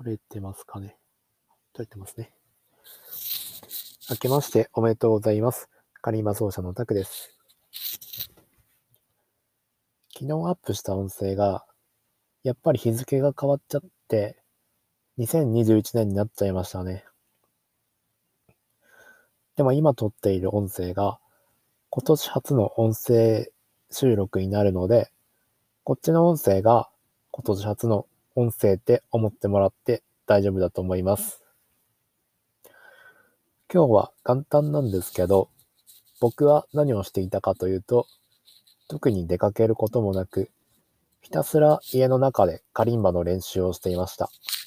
取れてますかね。取れてますね。明けましておめでとうございます。カリンバ奏者のタクです。昨日アップした音声が、やっぱり日付が変わっちゃって、2021年になっちゃいましたね。でも今撮っている音声が、今年初の音声収録になるので、こっちの音声が今年初の音声って思ってもらって大丈夫だと思います。今日は簡単なんですけど、僕は何をしていたかというと、特に出かけることもなく、ひたすら家の中でカリンバの練習をしていました。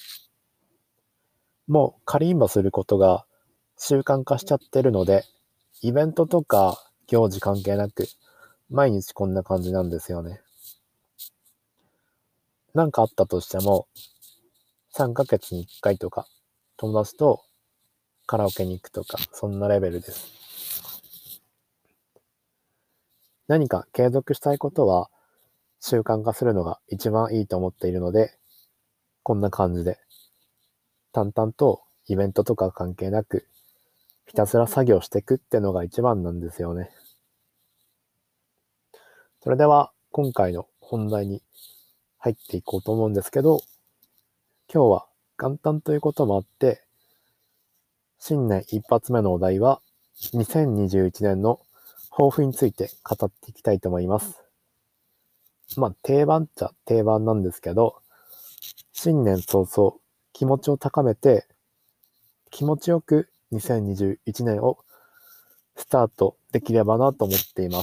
もうカリンバすることが習慣化しちゃってるので、イベントとか行事関係なく、毎日こんな感じなんですよね。なんかあったとしても、3ヶ月に1回とか、友達とカラオケに行くとか、そんなレベルです。何か継続したいことは習慣化するのが一番いいと思っているので、こんな感じで淡々とイベントとか関係なくひたすら作業していくってのが一番なんですよね。それでは今回の本題に入っていこうと思うんですけど、今日は元旦ということもあって、新年一発目のお題は2021年の抱負について語っていきたいと思います。定番っちゃ定番なんですけど、新年早々気持ちを高めて気持ちよく2021年をスタートできればなと思っています。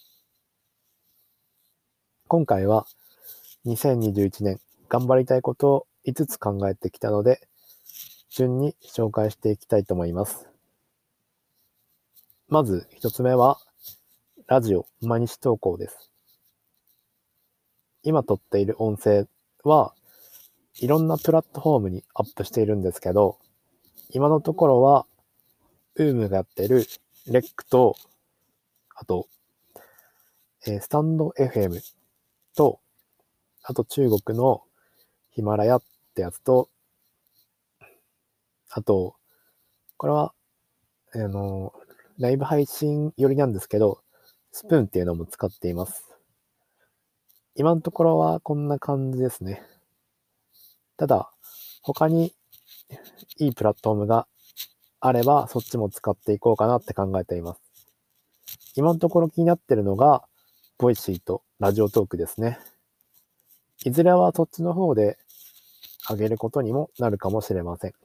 今回は2021年頑張りたいことを5つ考えてきたので、順に紹介していきたいと思います。まず1つ目は、ラジオ毎日投稿です。今撮っている音声はいろんなプラットフォームにアップしているんですけど、今のところは、UM がやってるレックと、あと、スタンド FM と、あと中国のヒマラヤってやつと、あと、これは、ライブ配信寄りなんですけど、スプーンっていうのも使っています。今のところはこんな感じですね。ただ、他にいいプラットフォームがあれば、そっちも使っていこうかなって考えています。今のところ気になってるのが、ボイシーとラジオトークですね。いずれはそっちの方で上げることにもなるかもしれません。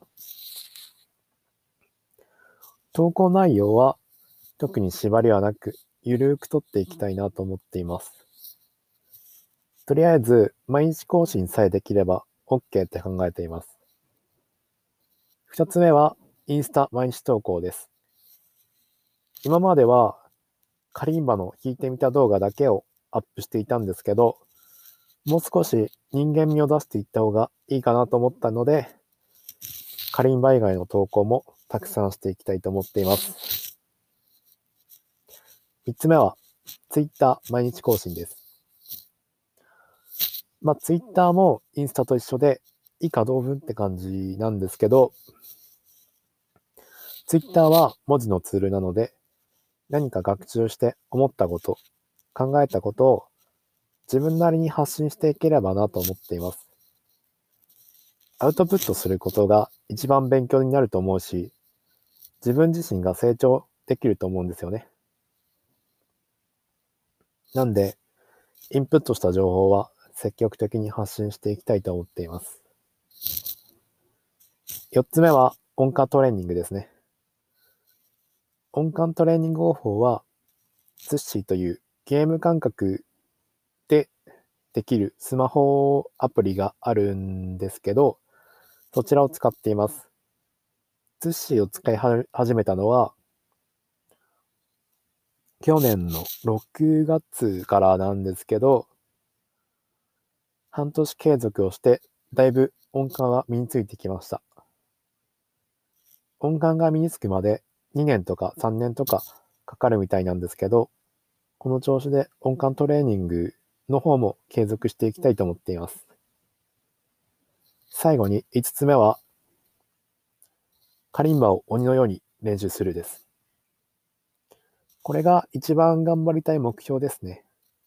投稿内容は特に縛りはなく、ゆるーく撮っていきたいなと思っています。とりあえず、毎日更新さえできれば OK って考えています。二つ目は、インスタ毎日投稿です。今までは、カリンバの弾いてみた動画だけをアップしていたんですけど、もう少し人間味を出していった方がいいかなと思ったので、カリンバ以外の投稿もたくさんしていきたいと思っています。三つ目は、ツイッター毎日更新です。ツイッターもインスタと一緒で、以下同文って感じなんですけど、ツイッターは文字のツールなので、何か学習して思ったこと、考えたことを自分なりに発信していければなと思っています。アウトプットすることが一番勉強になると思うし、自分自身が成長できると思うんですよね。なんで、インプットした情報は積極的に発信していきたいと思っています。4つ目は音感トレーニングですね。音感トレーニング方法は、ツッシーというゲーム感覚でできるスマホアプリがあるんですけど、そちらを使っています。ツッシーを使い始めたのは、去年の6月からなんですけど、半年継続をして、だいぶ音感が身についてきました。音感が身につくまで2年とか3年とかかかるみたいなんですけど、この調子で音感トレーニングの方も継続していきたいと思っています。 最後に5つ目は、カリンバを鬼のように練習するです。これが一番頑張りたい目標ですね。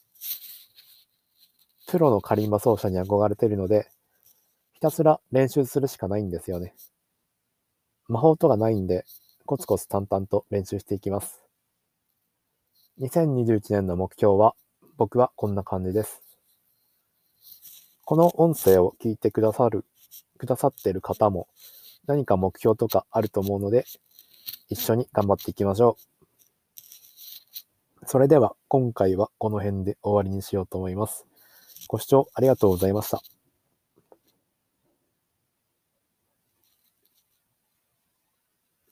プロのカリンバ奏者に憧れているので、ひたすら練習するしかないんですよね。魔法とかないんで、コツコツ淡々と練習していきます。2021年の目標は、僕はこんな感じです。この音声を聞いてくださっている方も、何か目標とかあると思うので、一緒に頑張っていきましょう。それでは今回はこの辺で終わりにしようと思います。ご視聴ありがとうございました。